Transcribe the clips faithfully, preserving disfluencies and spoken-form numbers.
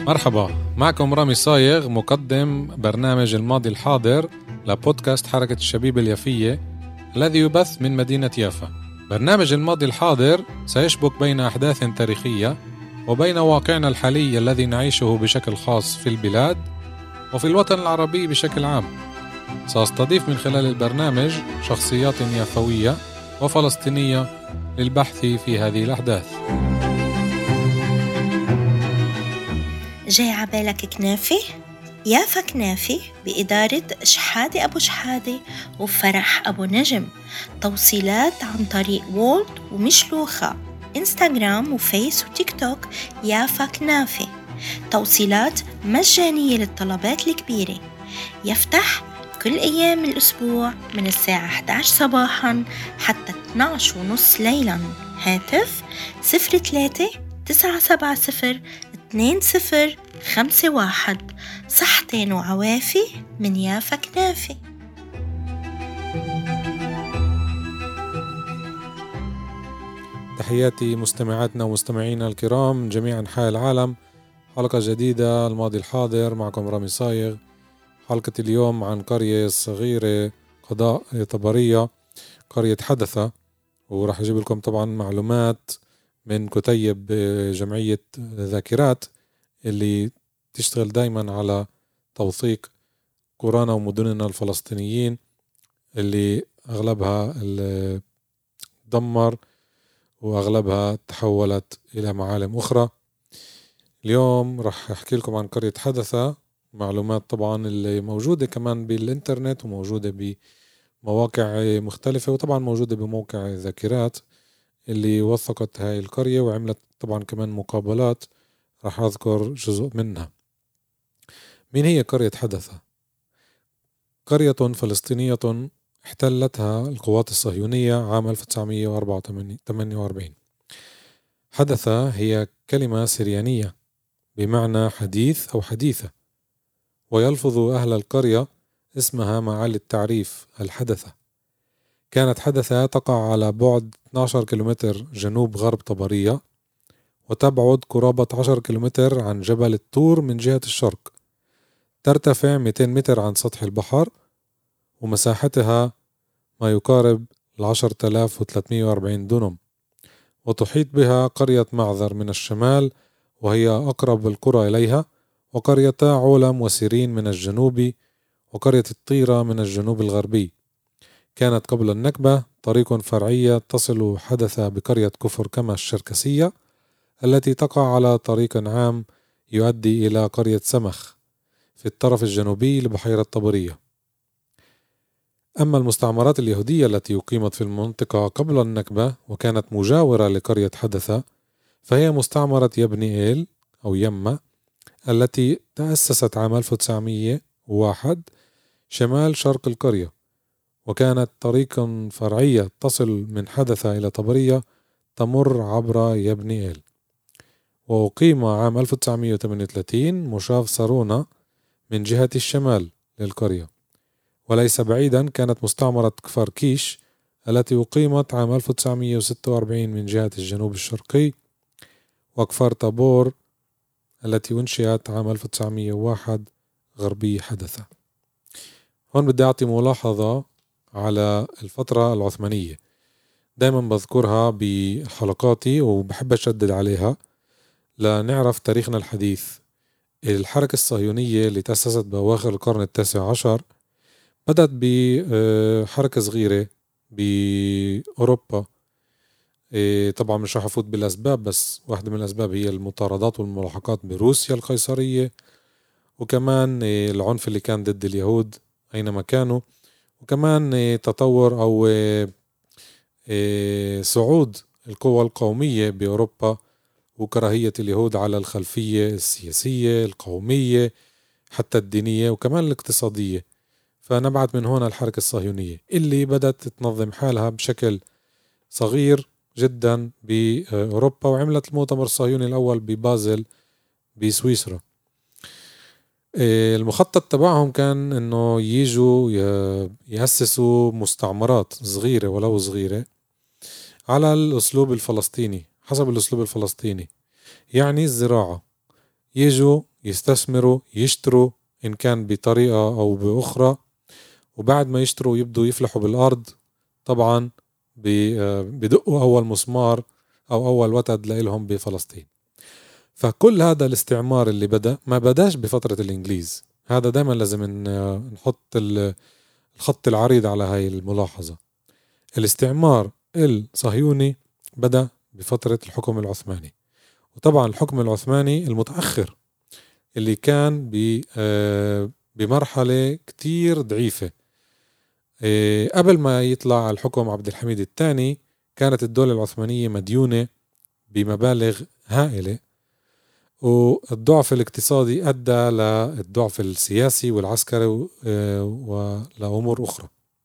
مرحبا، معكم رامي صايغ مقدم برنامج الماضي الحاضر لبودكاست حركة الشبيب اليافية الذي يبث من مدينة يافا. برنامج الماضي الحاضر سيشبك بين أحداث تاريخية وبين واقعنا الحالي الذي نعيشه بشكل خاص في البلاد وفي الوطن العربي بشكل عام. سأستضيف من خلال البرنامج شخصيات يافوية وفلسطينية للبحث في هذه الأحداث. جاي عبالك كنافة؟ يافا كنافة بإدارة شحادة أبو شحادة وفرح أبو نجم. توصيلات عن طريق وولد ومشلوخة، إنستغرام وفيس وتيك توك يافا كنافة. توصيلات مجانية للطلبات الكبيرة. يفتح كل أيام الأسبوع من الساعة إحدى عشر صباحا حتى اثني عشر ونص ليلا. هاتف صفر ثلاثة تسعة سبعة صفر اثنين صفر خمسة واحد. صحتين وعوافي من يافا كنافة. تحياتي مستمعاتنا ومستمعينا الكرام جميع أنحاء العالم. حلقة جديدة الماضي الحاضر، معكم رامي صايغ. حلقة اليوم عن قرية صغيرة قضاء طبرية، قرية حدثة، ورح أجيب لكم طبعا معلومات من كتيب جمعية ذاكرات اللي تشتغل دايما على توثيق قرانا ومدننا الفلسطينيين اللي أغلبها دمر وأغلبها تحولت إلى معالم أخرى. اليوم رح أحكي لكم عن قرية حدثة، معلومات طبعا اللي موجودة كمان بالإنترنت وموجودة بمواقع مختلفة، وطبعا موجودة بموقع ذاكرات اللي وثقت هاي القرية وعملت طبعا كمان مقابلات رح أذكر جزء منها. مين هي قرية حدثة؟ قرية فلسطينية احتلتها القوات الصهيونية عام ألف وتسعمائة وأربعة وثمانين. حدثة هي كلمة سريانية بمعنى حديث أو حديثة، ويلفظ أهل القرية اسمها معالي التعريف الحدثة. كانت حدثة تقع على بعد اثني عشر كيلومتر جنوب غرب طبرية، وتبعد قرابة عشرة كيلومتر عن جبل الطور من جهة الشرق. ترتفع مئتين متر عن سطح البحر، ومساحتها ما يقارب العشرة آلاف وثلاثمائة وأربعين دونم، وتحيط بها قرية معذر من الشمال وهي أقرب القرى إليها، وقرية عولم وسيرين من الجنوب، وقرية الطيرة من الجنوب الغربي. كانت قبل النكبة طريق فرعية تصل حدث بقرية كفر كما الشركسية التي تقع على طريق عام يؤدي إلى قرية سمخ في الطرف الجنوبي لبحيرة طبرية. أما المستعمرات اليهودية التي أقيمت في المنطقة قبل النكبة وكانت مجاورة لقرية حدثة فهي مستعمرة يبني إيل أو يمة التي تأسست عام ألف وتسعمائة وواحد شمال شرق القرية، وكانت طريقا فرعية تصل من حدثة إلى طبرية تمر عبر يبني إيل. وأقيم عام ألف وتسعمائة وثمانية وثلاثين مشاف سارونا من جهة الشمال للقرية. وليس بعيدا كانت مستعمرة كفر كيش التي أقيمت عام ألف وتسعمائة وستة وأربعين من جهة الجنوب الشرقي، وكفر طابور التي أنشئت عام ألف وتسعمائة وواحد غربي حدثة. هون بدي أعطي ملاحظة على الفترة العثمانية، دايما بذكرها بحلقاتي وبحب أشدد عليها لنعرف تاريخنا الحديث. الحركة الصهيونية اللي تأسست بأواخر القرن التاسع عشر بدأت بحركة صغيرة بأوروبا. طبعا مش رح أفوت بالأسباب، بس واحدة من الأسباب هي المطاردات والملاحقات بروسيا القيصرية، وكمان العنف اللي كان ضد اليهود أينما كانوا، وكمان تطور أو صعود القوى القومية بأوروبا وكراهية اليهود على الخلفية السياسية القومية حتى الدينية وكمان الاقتصادية. فنبعت من هنا الحركة الصهيونية اللي بدأت تنظم حالها بشكل صغير جدا بأوروبا، وعملت المؤتمر الصهيوني الأول ببازل بسويسرا. المخطط تبعهم كان انه ييجوا يأسسوا مستعمرات صغيرة ولو صغيرة على الأسلوب الفلسطيني، حسب الأسلوب الفلسطيني، يعني الزراعة. يجوا يستثمروا يشتروا إن كان بطريقة أو بأخرى، وبعد ما يشتروا يبدوا يفلحوا بالأرض. طبعا بدقوا أول مسمار أو أول وتد لإلهم بفلسطين. فكل هذا الاستعمار اللي بدأ ما بداش بفترة الإنجليز. هذا دائما لازم نحط الخط العريض على هاي الملاحظة. الاستعمار الصهيوني بدأ بفترة الحكم العثماني، وطبعا الحكم العثماني المتأخر اللي كان بمرحلة كتير ضعيفة. قبل ما يطلع على الحكم عبد الحميد الثاني كانت الدولة العثمانية مديونة بمبالغ هائلة، والضعف الاقتصادي أدى للضعف السياسي والعسكري ولأمور أخرى.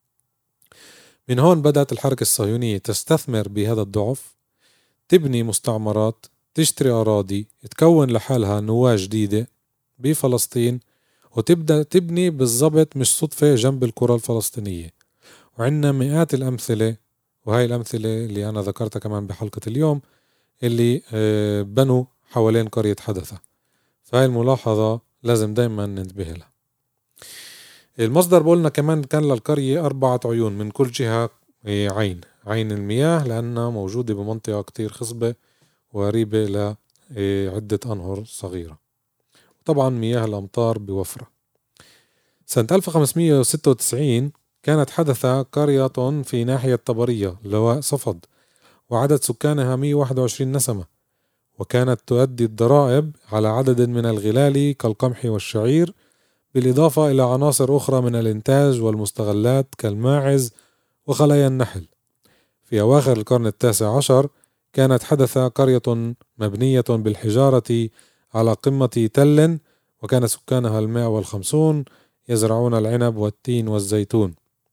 من هون بدأت الحركة الصهيونية تستثمر بهذا الضعف، تبني مستعمرات، تشتري أراضي، تكون لحالها نواة جديدة بفلسطين، وتبدأ تبني بالضبط مش صدفة جنب القرى الفلسطينية. وعندنا مئات الأمثلة، وهي الأمثلة اللي أنا ذكرتها كمان بحلقة اليوم اللي بنوا حوالين قرية حدثة. فهي الملاحظة لازم دايما ننتبه لها. المصدر بقولنا كمان كان للقرية أربعة عيون من كل جهة عين عين المياه، لأنها موجودة بمنطقة كتير خصبة وقريبة لعدة أنهر صغيرة، طبعا مياه الأمطار بوفرة. سنة ألف وخمسمية وستة وتسعين كانت حدثة قرية في ناحية طبرية لواء صفد، وعدد سكانها مئة وواحد وعشرين نسمة، وكانت تؤدي الضرائب على عدد من الغلال كالقمح والشعير، بالإضافة إلى عناصر أخرى من الإنتاج والمستغلات كالماعز وخلايا النحل. في أواخر القرن التاسع عشر كانت حدثة قرية مبنية بالحجارة على قمة تل، وكان سكانها المائة والخمسون يزرعون العنب والتين والزيتون.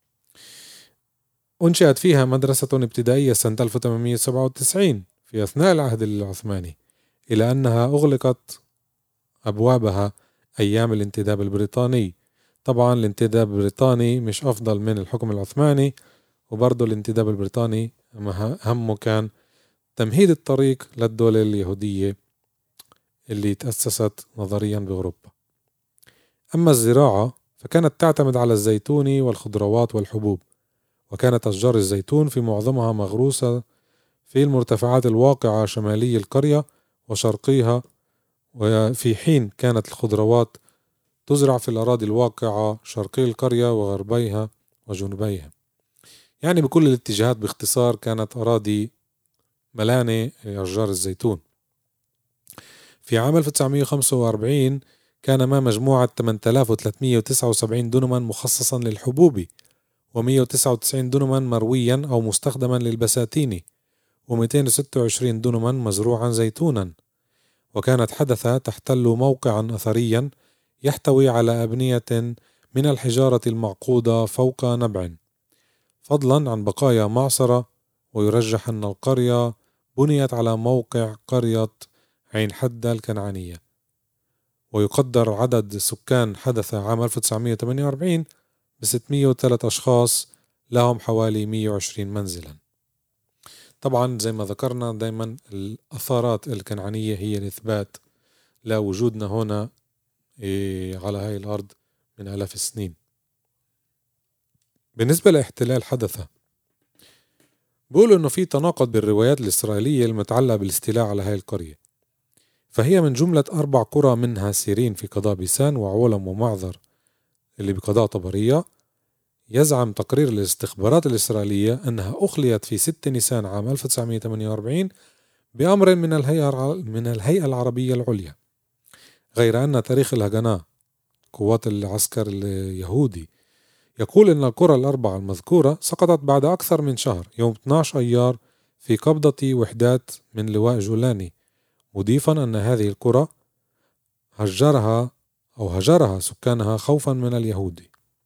أنشأت فيها مدرسة ابتدائية سنة ألف وثمانمئة وسبعة وتسعين في أثناء العهد العثماني، إلى أنها أغلقت أبوابها أيام الانتداب البريطاني. طبعا الانتداب البريطاني مش أفضل من الحكم العثماني، وبرضو الانتداب البريطاني همه كان تمهيد الطريق للدولة اليهودية اللي تأسست نظريا بأوروبا. أما الزراعة فكانت تعتمد على الزيتون والخضروات والحبوب، وكانت أشجار الزيتون في معظمها مغروسة في المرتفعات الواقعة شمالي القرية وشرقيها، وفي حين كانت الخضروات تزرع في الأراضي الواقعة شرقي القرية وغربيها وجنوبيها. يعني بكل الاتجاهات باختصار كانت أراضي ملانة أشجار الزيتون. في عام ألف وتسعمئة وخمسة وأربعين كان ما مجموعة ثمانية آلاف وثلاثمئة وتسعة وسبعين دنما مخصصا للحبوب، ومئة وتسعة وتسعين دنما مرويا أو مستخدما للبساتين، ومئتين وستة وعشرين دنما مزروعا زيتونا. وكانت حدثة تحتل موقعا أثريا يحتوي على أبنية من الحجارة المعقودة فوق نبع، فضلا عن بقايا معصرة. ويرجح أن القرية بنيت على موقع قرية عين حدة الكنعانية. ويقدر عدد سكان حدثة عام ألف وتسعمئة وثمانية وأربعين بستمئة وثلاثة أشخاص، لهم حوالي مئة وعشرين منزلا. طبعا زي ما ذكرنا دايما الأثارات الكنعانية هي الإثبات لوجودنا هنا على هاي الأرض من آلاف السنين. بالنسبة لاحتلال حدثة، بيقولوا إنه في تناقض بالروايات الإسرائيلية المتعلقة بالاستيلاء على هاي القرية. فهي من جملة أربع قرى، منها سيرين في قضاء بيسان وعولم ومعذر اللي بقضاء طبرية. يزعم تقرير الاستخبارات الإسرائيلية أنها أخليت في ستة نيسان عام ألف وتسعمئة وثمانية وأربعين بأمر من الهيئة من الهيئة العربية العليا، غير أن تاريخ الهجناء قوات العسكر اليهودي يقول أن القرى الأربعة المذكورة سقطت بعد أكثر من شهر يوم اثني عشر أيار في قبضة وحدات من لواء جولاني، مضيفا أن هذه القرى هجرها أو هجرها سكانها خوفا من اليهود.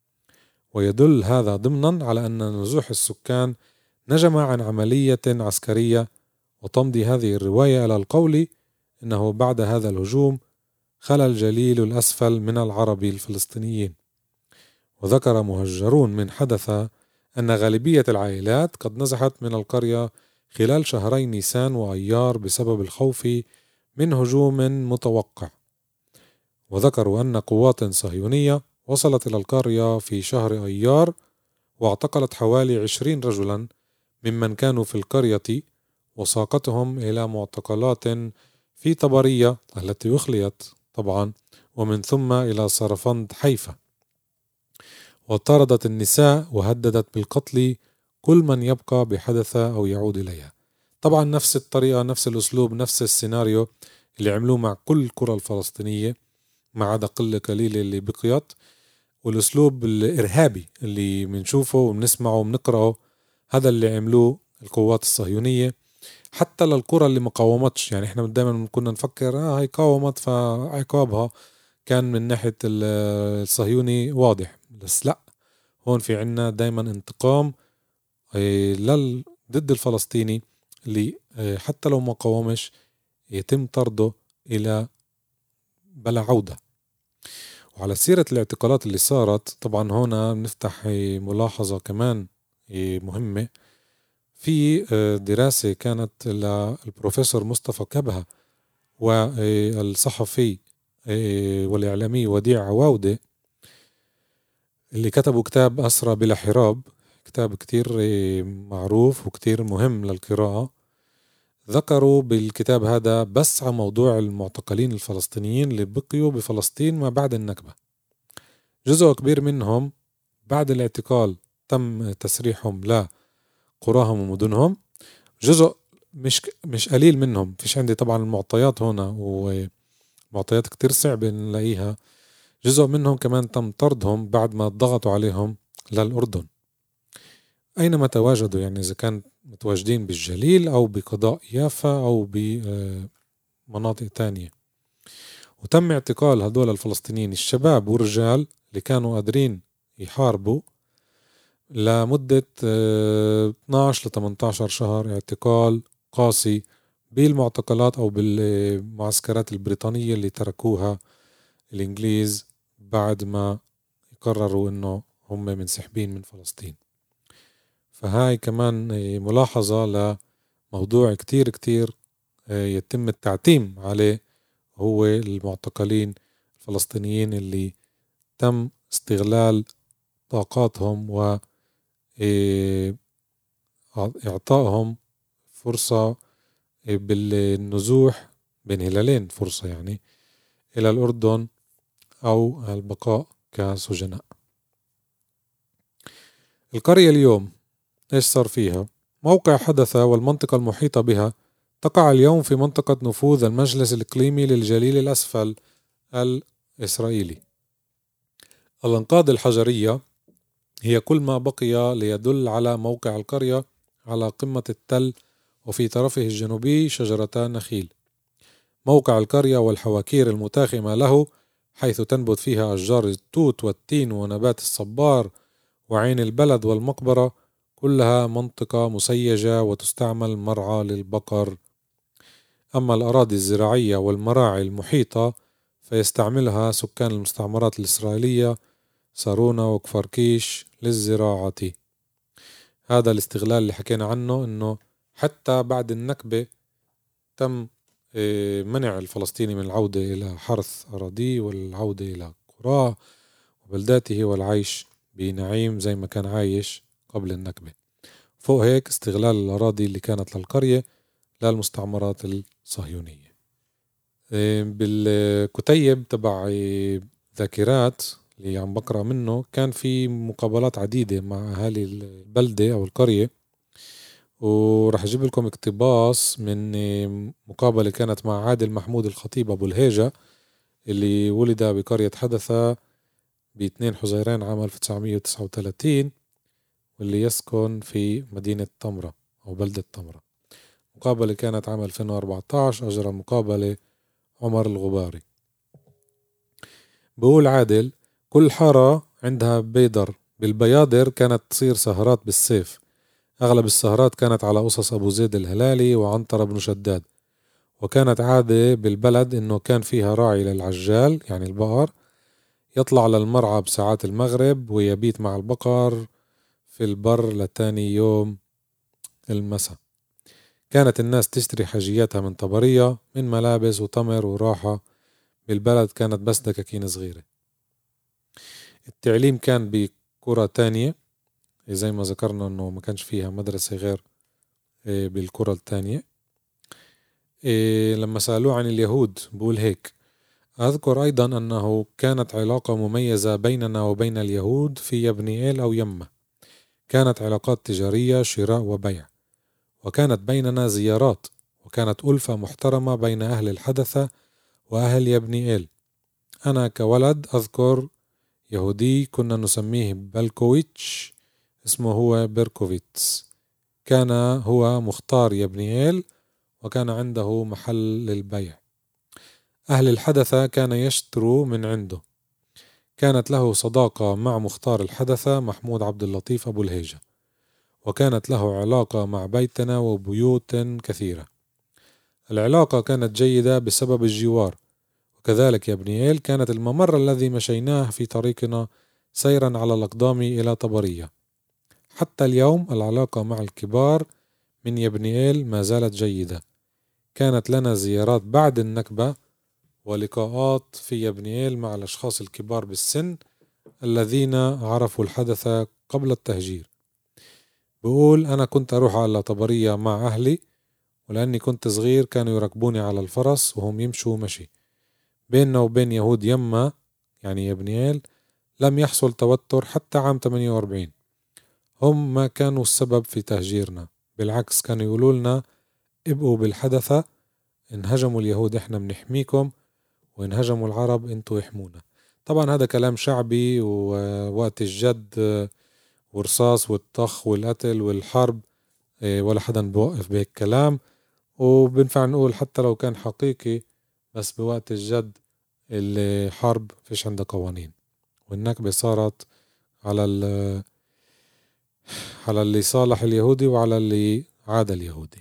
ويدل هذا ضمنا على أن نزوح السكان نجم عن عملية عسكرية، وتمضي هذه الرواية إلى القول إنه بعد هذا الهجوم خلى الجليل الأسفل من العرب الفلسطينيين. وذكر مهجرون من حدث أن غالبية العائلات قد نزحت من القرية خلال شهري نيسان وأيار بسبب الخوف من هجوم متوقع. وذكروا أن قوات صهيونية وصلت إلى القرية في شهر أيار واعتقلت حوالي عشرين رجلا ممن كانوا في القرية وساقتهم إلى معتقلات في طبرية التي أخليت طبعا، ومن ثم إلى صرفند حيفا، وطردت النساء وهددت بالقتل كل من يبقى بحدث أو يعود إليها. طبعا نفس الطريقة، نفس الأسلوب، نفس السيناريو اللي عملوه مع كل القرى الفلسطينية ما عدا قلة قليلة اللي بقيت، والأسلوب الإرهابي اللي بنشوفه وبنسمعه وبنقرأه هذا اللي عملوه القوات الصهيونية حتى للقرى اللي ما قاومتش. يعني احنا دائما كنا نفكر اه هي قاومت فعقابها كان من ناحية الصهيوني واضح، بس لا، هون في عنا دائما انتقام لل ضد الفلسطيني اللي حتى لو ما قاومش يتم طرده إلى بلا عودة. وعلى سيرة الاعتقالات اللي صارت، طبعا هنا بنفتح ملاحظة كمان مهمة في دراسة كانت للبروفيسور مصطفى كبهة والصحفي والإعلامي وديع عواودة اللي كتبوا كتاب أسرى بلا حراب، كتاب كتير معروف وكتير مهم للقراءة. ذكروا بالكتاب هذا بس عن موضوع المعتقلين الفلسطينيين اللي بقيوا بفلسطين ما بعد النكبة. جزء كبير منهم بعد الاعتقال تم تسريحهم لقراهم ومدنهم، جزء مش مش قليل منهم، فيش عندي طبعا المعطيات هنا ومعطيات كتير صعبة نلاقيها، جزء منهم كمان تم طردهم بعد ما ضغطوا عليهم للأردن أينما تواجدوا، يعني إذا كان متواجدين بالجليل أو بقضاء يافا أو بمناطق تانية. وتم اعتقال هدول الفلسطينيين الشباب والرجال اللي كانوا قادرين يحاربوا لمدة اثناشر ل ثمانية عشر شهر اعتقال قاسي بالمعتقلات أو بالمعسكرات البريطانية اللي تركوها الإنجليز بعد ما يقرروا إنه هم منسحبين من فلسطين. فهاي كمان ملاحظة لموضوع كتير كتير يتم التعتيم عليه، هو المعتقلين الفلسطينيين اللي تم استغلال طاقاتهم وإعطائهم فرصة بالنزوح بين هلالين، فرصة يعني إلى الأردن أو البقاء كسجناء. القرية اليوم إيش صار فيها؟ موقع حدث والمنطقة المحيطة بها تقع اليوم في منطقة نفوذ المجلس الإقليمي للجليل الأسفل الإسرائيلي. الأنقاض الحجرية هي كل ما بقي ليدل على موقع القرية على قمة التل وفي طرفه الجنوبي شجرتان نخيل. موقع القرية والحواكير المتاخمة له حيث تنبت فيها أشجار التوت والتين ونبات الصبار وعين البلد والمقبرة كلها منطقة مسيجة وتستعمل مرعى للبقر. أما الأراضي الزراعية والمراعي المحيطة فيستعملها سكان المستعمرات الإسرائيلية سارونة وكفر كيش للزراعة. هذا الاستغلال اللي حكينا عنه، إنه حتى بعد النكبة تم منع الفلسطيني من العودة إلى حرث أراضيه والعودة إلى قراه وبلداته والعيش بنعيم زي ما كان عايش قبل النكبة. فوق هيك استغلال الأراضي اللي كانت للقرية للمستعمرات الصهيونية. بالكتيب تبع ذاكرات اللي عم بقرأ منه كان في مقابلات عديدة مع أهالي البلدة أو القرية، ورح أجيب لكم اقتباس من مقابلة كانت مع عادل محمود الخطيب أبو الهيجة اللي ولد بقرية حدثة باثنين حزيران عام ألف وتسعمية وتسعة وثلاثين واللي يسكن في مدينة تمرة أو بلدة تمرة. مقابلة كانت عام ألفين وأربعة عشر أجرى مقابلة عمر الغباري. بقول عادل كل حارة عندها بيدر، بالبيادر كانت تصير سهرات بالصيف، أغلب السهرات كانت على قصص أبو زيد الهلالي وعنتر بن شداد. وكانت عادة بالبلد إنه كان فيها راعي للعجال يعني البقر يطلع للمرعى بساعات المغرب ويبيت مع البقر في البر لتاني يوم المساء. كانت الناس تشتري حاجياتها من طبرية من ملابس وتمر وراحة بالبلد كانت بس دكاكين صغيرة. التعليم كان بقرى تانية زي ما ذكرنا أنه ما كانش فيها مدرسة غير بالقرى التانية. لما سألوه عن اليهود بقول هيك: أذكر أيضا أنه كانت علاقة مميزة بيننا وبين اليهود في يبنيئيل أو يمة، كانت علاقات تجارية، شراء وبيع، وكانت بيننا زيارات، وكانت ألفة محترمة بين أهل الحدثة وأهل يبنيئيل. أنا كولد أذكر يهودي كنا نسميه بلكويتش، اسمه هو بيركوفيتس، كان هو مختار يبنيئيل وكان عنده محل للبيع. أهل الحدثة كان يشتروا من عنده. كانت له صداقة مع مختار الحدثة محمود عبد اللطيف أبو الهيجة، وكانت له علاقة مع بيتنا وبيوت كثيرة. العلاقة كانت جيدة بسبب الجوار، وكذلك يبنيئيل كانت الممر الذي مشيناه في طريقنا سيرا على الأقدام إلى طبرية. حتى اليوم العلاقة مع الكبار من يبنيئيل ما زالت جيدة. كانت لنا زيارات بعد النكبة ولقاءات في يبنيئيل مع الأشخاص الكبار بالسن الذين عرفوا الحدث قبل التهجير. بقول أنا كنت أروح على طبرية مع أهلي، ولأني كنت صغير كانوا يركبوني على الفرس وهم يمشوا مشي. بيننا وبين يهود يمة يعني يبنيئيل لم يحصل توتر حتى عام ثمانية وأربعين. هم ما كانوا السبب في تهجيرنا، بالعكس كانوا يقولوا لنا ابقوا بالحدثة، إن هجموا اليهود إحنا بنحميكم، وإن هجموا العرب إنتوا يحمونا. طبعا هذا كلام شعبي، ووقت الجد ورصاص والطخ والقتل والحرب ولا حدا بوقف بهيك كلام، وبنفع نقول حتى لو كان حقيقي، بس بوقت الجد الحرب فيش عندها قوانين، والنكبة صارت على على اللي صالح اليهودي وعلى اللي عاد اليهودي.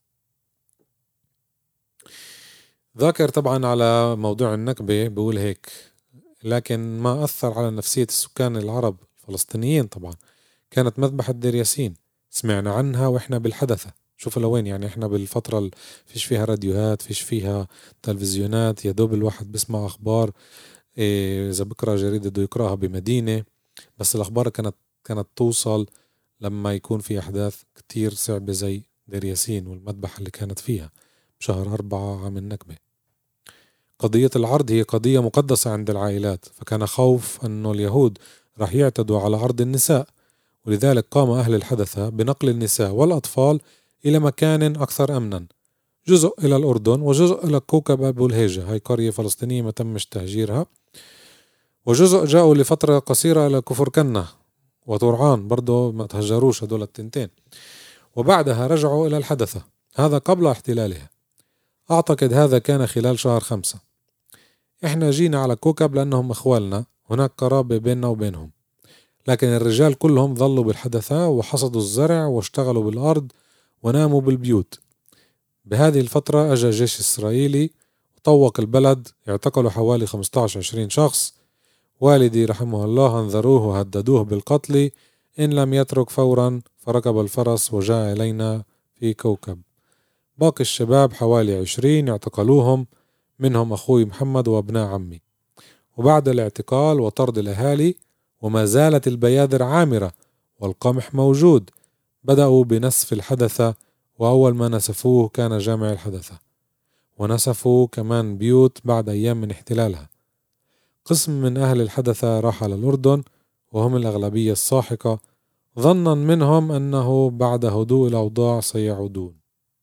ذاكر طبعا على موضوع النكبة بقول هيك: لكن ما أثر على نفسية السكان العرب الفلسطينيين. طبعا كانت مذبحة دير ياسين سمعنا عنها وإحنا بالحدثة. شوفوا لوين يعني إحنا بالفترة اللي فيش فيها راديوهات، فيش فيها تلفزيونات، يدوب الواحد بسمع أخبار إيه إذا بكرة جريدة بده يقرأها بمدينة، بس الأخبار كانت كانت توصل لما يكون في أحداث كتير صعبة زي دير ياسين والمذبحة اللي كانت فيها بشهر أربعة عام النكبة. قضية العرض هي قضية مقدسة عند العائلات، فكان خوف أنه اليهود راح يعتدوا على عرض النساء، ولذلك قام أهل الحدثة بنقل النساء والأطفال إلى مكان أكثر أمنا، جزء إلى الأردن وجزء إلى كوكب أبو الهيجة، هاي قرية فلسطينية ما تمش تهجيرها، وجزء جاءوا لفترة قصيرة إلى كفر كنة وطرعان برضو ما تهجروش هدول التنتين، وبعدها رجعوا إلى الحدثة، هذا قبل احتلالها. أعتقد هذا كان خلال شهر خمسة. إحنا جينا على كوكب لأنهم أخوالنا، هناك قرابة بيننا وبينهم، لكن الرجال كلهم ظلوا بالحدثة وحصدوا الزرع واشتغلوا بالأرض وناموا بالبيوت. بهذه الفترة أجا جيش إسرائيلي وطوق البلد، اعتقلوا حوالي خمسة عشر عشرين شخص. والدي رحمه الله انذروه وهددوه بالقتل إن لم يترك فورا، فركب الفرس وجاء إلينا في كوكب. باقي الشباب حوالي عشرين اعتقلوهم، منهم أخوي محمد وابناء عمي. وبعد الاعتقال وطرد الأهالي وما زالت البيادر عامرة والقمح موجود، بدأوا بنسف الحدثة، وأول ما نسفوه كان جامع الحدثة، ونسفوا كمان بيوت بعد أيام من احتلالها. قسم من أهل الحدثة راح على الأردن وهم الأغلبية الساحقة، ظنا منهم أنه بعد هدوء الأوضاع سيعودون.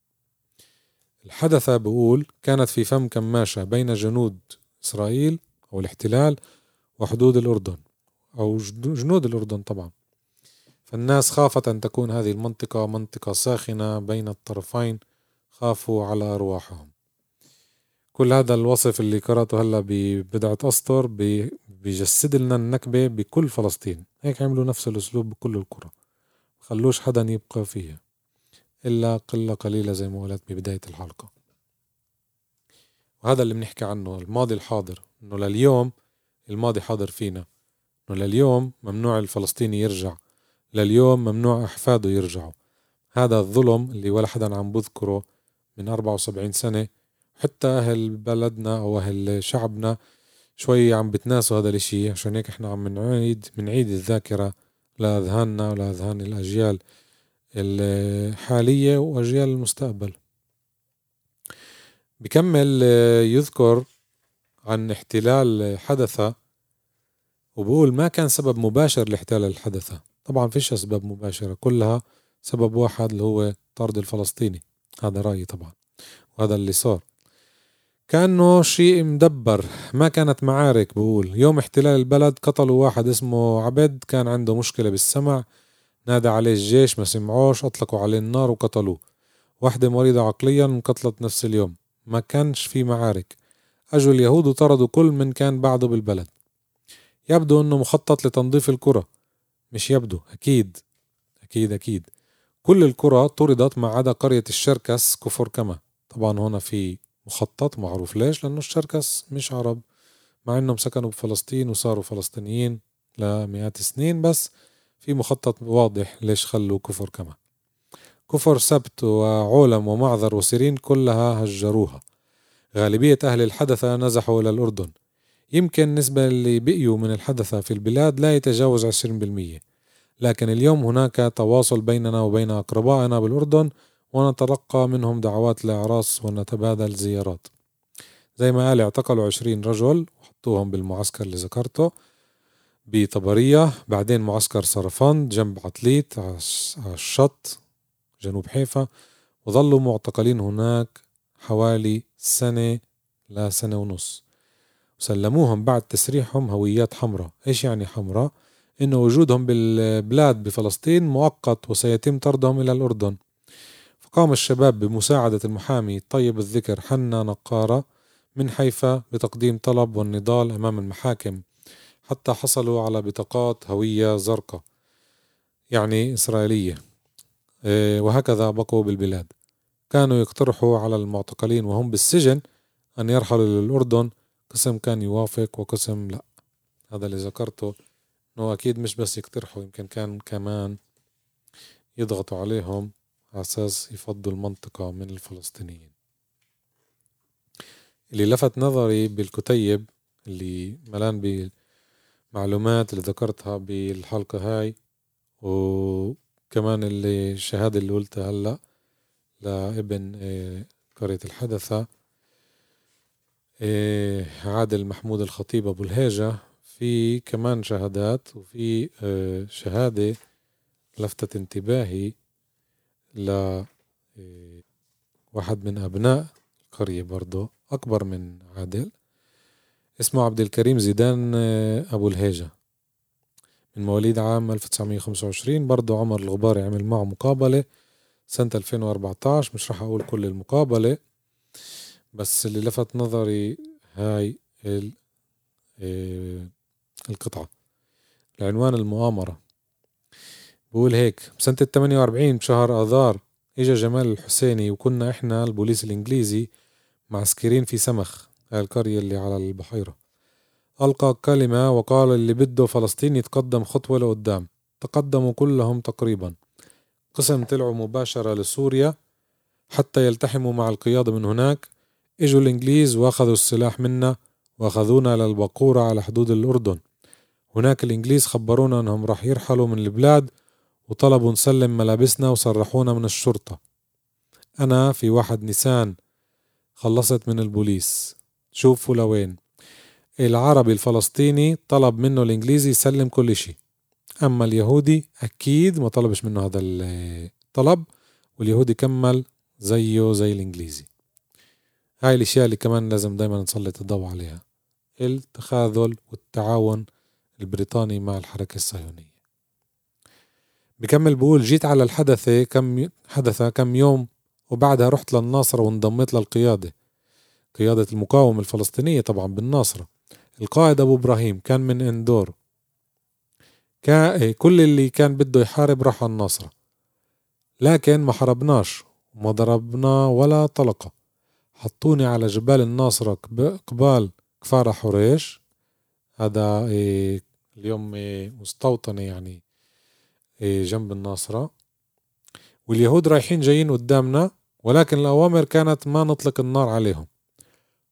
الحدثة بقول كانت في فم كماشة بين جنود إسرائيل أو الاحتلال وحدود الأردن أو جنود الأردن طبعا، فالناس خافت أن تكون هذه المنطقة منطقة ساخنة بين الطرفين، خافوا على أرواحهم. كل هذا الوصف اللي قرأته هلا ببضعة أسطر بيجسد لنا النكبة بكل فلسطين، هيك عملوا نفس الأسلوب بكل القرى، خلوش حدا يبقى فيها إلا قلة قليلة زي ما قلت ببداية الحلقة. وهذا اللي بنحكي عنه الماضي الحاضر، إنه لليوم الماضي حاضر فينا، إنه لليوم ممنوع الفلسطيني يرجع، لليوم ممنوع أحفاده يرجعوا. هذا الظلم اللي ولا حدا عم بذكره من أربعة وسبعين سنة حتى أهل بلدنا أو أهل شعبنا شوي عم بتناسوا هذا الاشي. عشان هيك احنا عم نعيد منعيد الذاكرة لأذهاننا ولأذهان الأجيال الحالية وأجيال المستقبل. بكمل يذكر عن احتلال حدث وبقول ما كان سبب مباشر لاحتلال الحدث. طبعا فيش أسباب مباشرة، كلها سبب واحد اللي هو طرد الفلسطيني. هذا رأيي طبعا، وهذا اللي صار كأنه شيء مدبر، ما كانت معارك. بقول يوم احتلال البلد قتلوا واحد اسمه عبد، كان عنده مشكلة بالسمع، نادى عليه الجيش ما سمعوش، أطلقوا عليه النار وقتلوه. واحدة مريضة عقليا انقتلت نفس اليوم. ما كانش في معارك. أجوا اليهود وطردوا كل من كان بعده بالبلد. يبدو أنه مخطط لتنظيف القرى، مش يبدو، أكيد أكيد أكيد كل القرى طردت ما عدا قرية الشركس كفر كما. طبعا هنا في مخطط معروف ليش، لأنه الشركس مش عرب، مع أنهم سكنوا بفلسطين وصاروا فلسطينيين لمئات السنين، بس في مخطط واضح ليش خلوا كفر كما. كفر سبت وعولم ومعذر وسيرين كلها هجروها. غالبية أهل الحدثة نزحوا إلى الأردن. يمكن نسبة اللي بقيوا من الحدثة في البلاد لا يتجاوز عشرين بالمية، لكن اليوم هناك تواصل بيننا وبين أقربائنا بالأردن، ونتلقى منهم دعوات لأعراس ونتبادل زيارات. زي ما قال اعتقلوا عشرين رجل وحطوهم بالمعسكر اللي ذكرته بطبرية، بعدين معسكر صرفان جنب عتليت على الشط جنوب حيفا، وظلوا معتقلين هناك حوالي سنة لا سنة ونص. وسلموهم بعد تسريحهم هويات حمراء. إيش يعني حمراء؟ إنه وجودهم بالبلاد بفلسطين مؤقت وسيتم طردهم إلى الأردن. فقام الشباب بمساعدة المحامي طيب الذكر حنا نقارة من حيفا بتقديم طلب والنضال أمام المحاكم، حتى حصلوا على بطاقات هوية زرقاء يعني إسرائيلية. وهكذا بقوا بالبلاد. كانوا يقترحوا على المعتقلين وهم بالسجن أن يرحلوا للأردن، قسم كان يوافق وقسم لا. هذا اللي ذكرته، إنه أكيد مش بس يقترحوا، يمكن كان كمان يضغطوا عليهم على أساس يفضوا المنطقة من الفلسطينيين. اللي لفت نظري بالكتيب اللي ملان بالمعلومات اللي ذكرتها بالحلقة هاي، وكمان اللي الشهادة اللي قلتها هلأ لابن قرية الحدثة عادل محمود الخطيب أبو الهيجة، في كمان شهادات، وفي شهادة لفتت انتباهي لواحد من أبناء القرية برضو أكبر من عادل، اسمه عبد الكريم زيدان أبو الهيجة، من مواليد عام ألف وتسعمية وخمسة وعشرين. برضو عمر الغباري عمل معه مقابلة سنة ألفين وأربعة عشر. مش رح أقول كل المقابلة، بس اللي لفت نظري هاي القطعة. العنوان المؤامرة بقول هيك: بسنة الثمانية وأربعين بشهر آذار إجا جمال الحسيني، وكنا إحنا البوليس الإنجليزي معسكرين في سمخ، هاي القرية اللي على البحيرة. ألقى كلمة وقال اللي بده فلسطين يتقدم خطوة لقدام. تقدموا كلهم تقريبا، قسم طلعوا مباشرة لسوريا حتى يلتحموا مع القيادة من هناك. إجوا الإنجليز وأخذوا السلاح منا وأخذونا للبقورة على حدود الأردن. هناك الإنجليز خبرونا أنهم راح يرحلوا من البلاد، وطلبوا نسلم ملابسنا وصرحونا من الشرطة. أنا في واحد نيسان خلصت من البوليس. شوفوا لوين. العربي الفلسطيني طلب منه الإنجليزي يسلم كل شيء، أما اليهودي أكيد ما طلبش منه هذا الطلب، واليهودي كمل زيه زي الإنجليزي. هاي الاشياء اللي كمان لازم دايما نسلط الضوء عليها، التخاذل والتعاون البريطاني مع الحركة الصهيونية. بكمل بقول: جيت على الحدثة كم حدثة كم يوم وبعدها رحت للناصرة وانضميت للقيادة، قيادة المقاومة الفلسطينية طبعا بالناصرة. القائد أبو إبراهيم كان من إندور. كل اللي كان بده يحارب راح على الناصرة، لكن ما حربناش وما ضربنا ولا طلقة. حطوني على جبال الناصرة قبال كفار حريش، هذا إيه اليوم إيه مستوطنة يعني إيه جنب الناصرة، واليهود رايحين جايين قدامنا، ولكن الأوامر كانت ما نطلق النار عليهم.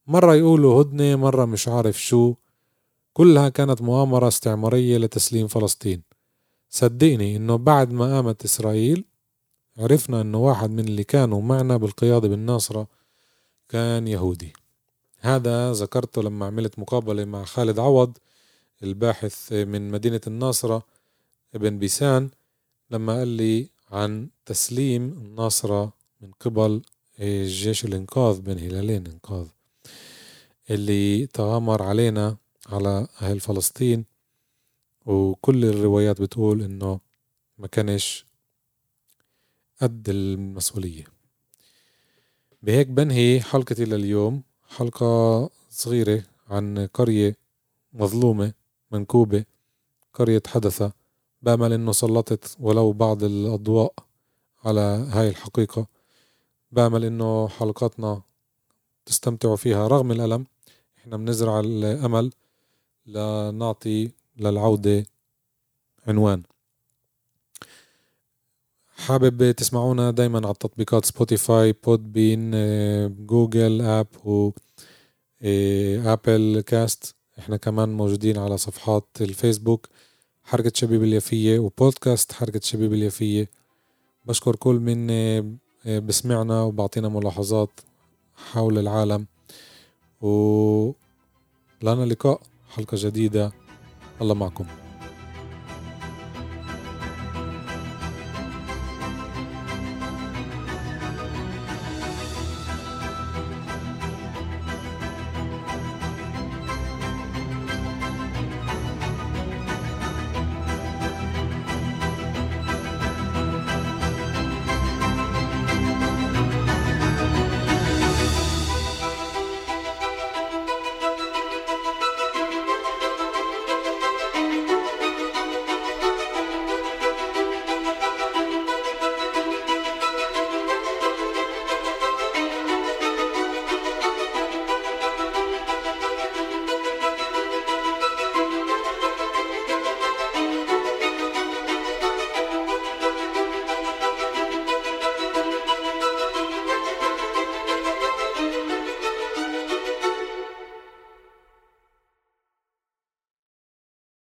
مرة يقولوا هدنة، مرة مش عارف شو، كلها كانت مؤامرة استعمارية لتسليم فلسطين. صدقني إنه بعد ما قامت إسرائيل عرفنا إنه واحد من اللي كانوا معنا بالقيادة بالناصرة كان يهودي. هذا ذكرته لما عملت مقابلة مع خالد عوض الباحث من مدينة الناصرة ابن بيسان، لما قال لي عن تسليم الناصرة من قبل الجيش الإنقاذ بين هلالين إنقاذ اللي تغامر علينا على أهل فلسطين. وكل الروايات بتقول إنه ما كانش قد المسؤولية. بهيك بنهي حلقتي لليوم، حلقة صغيرة عن قرية مظلومة منكوبة، قرية حدثة. بأمل إنه سلطت ولو بعض الأضواء على هاي الحقيقة. بأمل إنه حلقاتنا تستمتعوا فيها رغم الألم. إحنا بنزرع الأمل لنعطي للعودة عنوان. حابب تسمعونا دايما على التطبيقات سبوتيفاي، بودبين، جوجل آب و آبل كاست. إحنا كمان موجودين على صفحات الفيسبوك حركة شبيب اليافية وبودكاست حركة شبيب اليافية. بشكر كل من بسمعنا وبعطينا ملاحظات حول العالم، ولنا لقاء حلقة جديدة. الله معكم.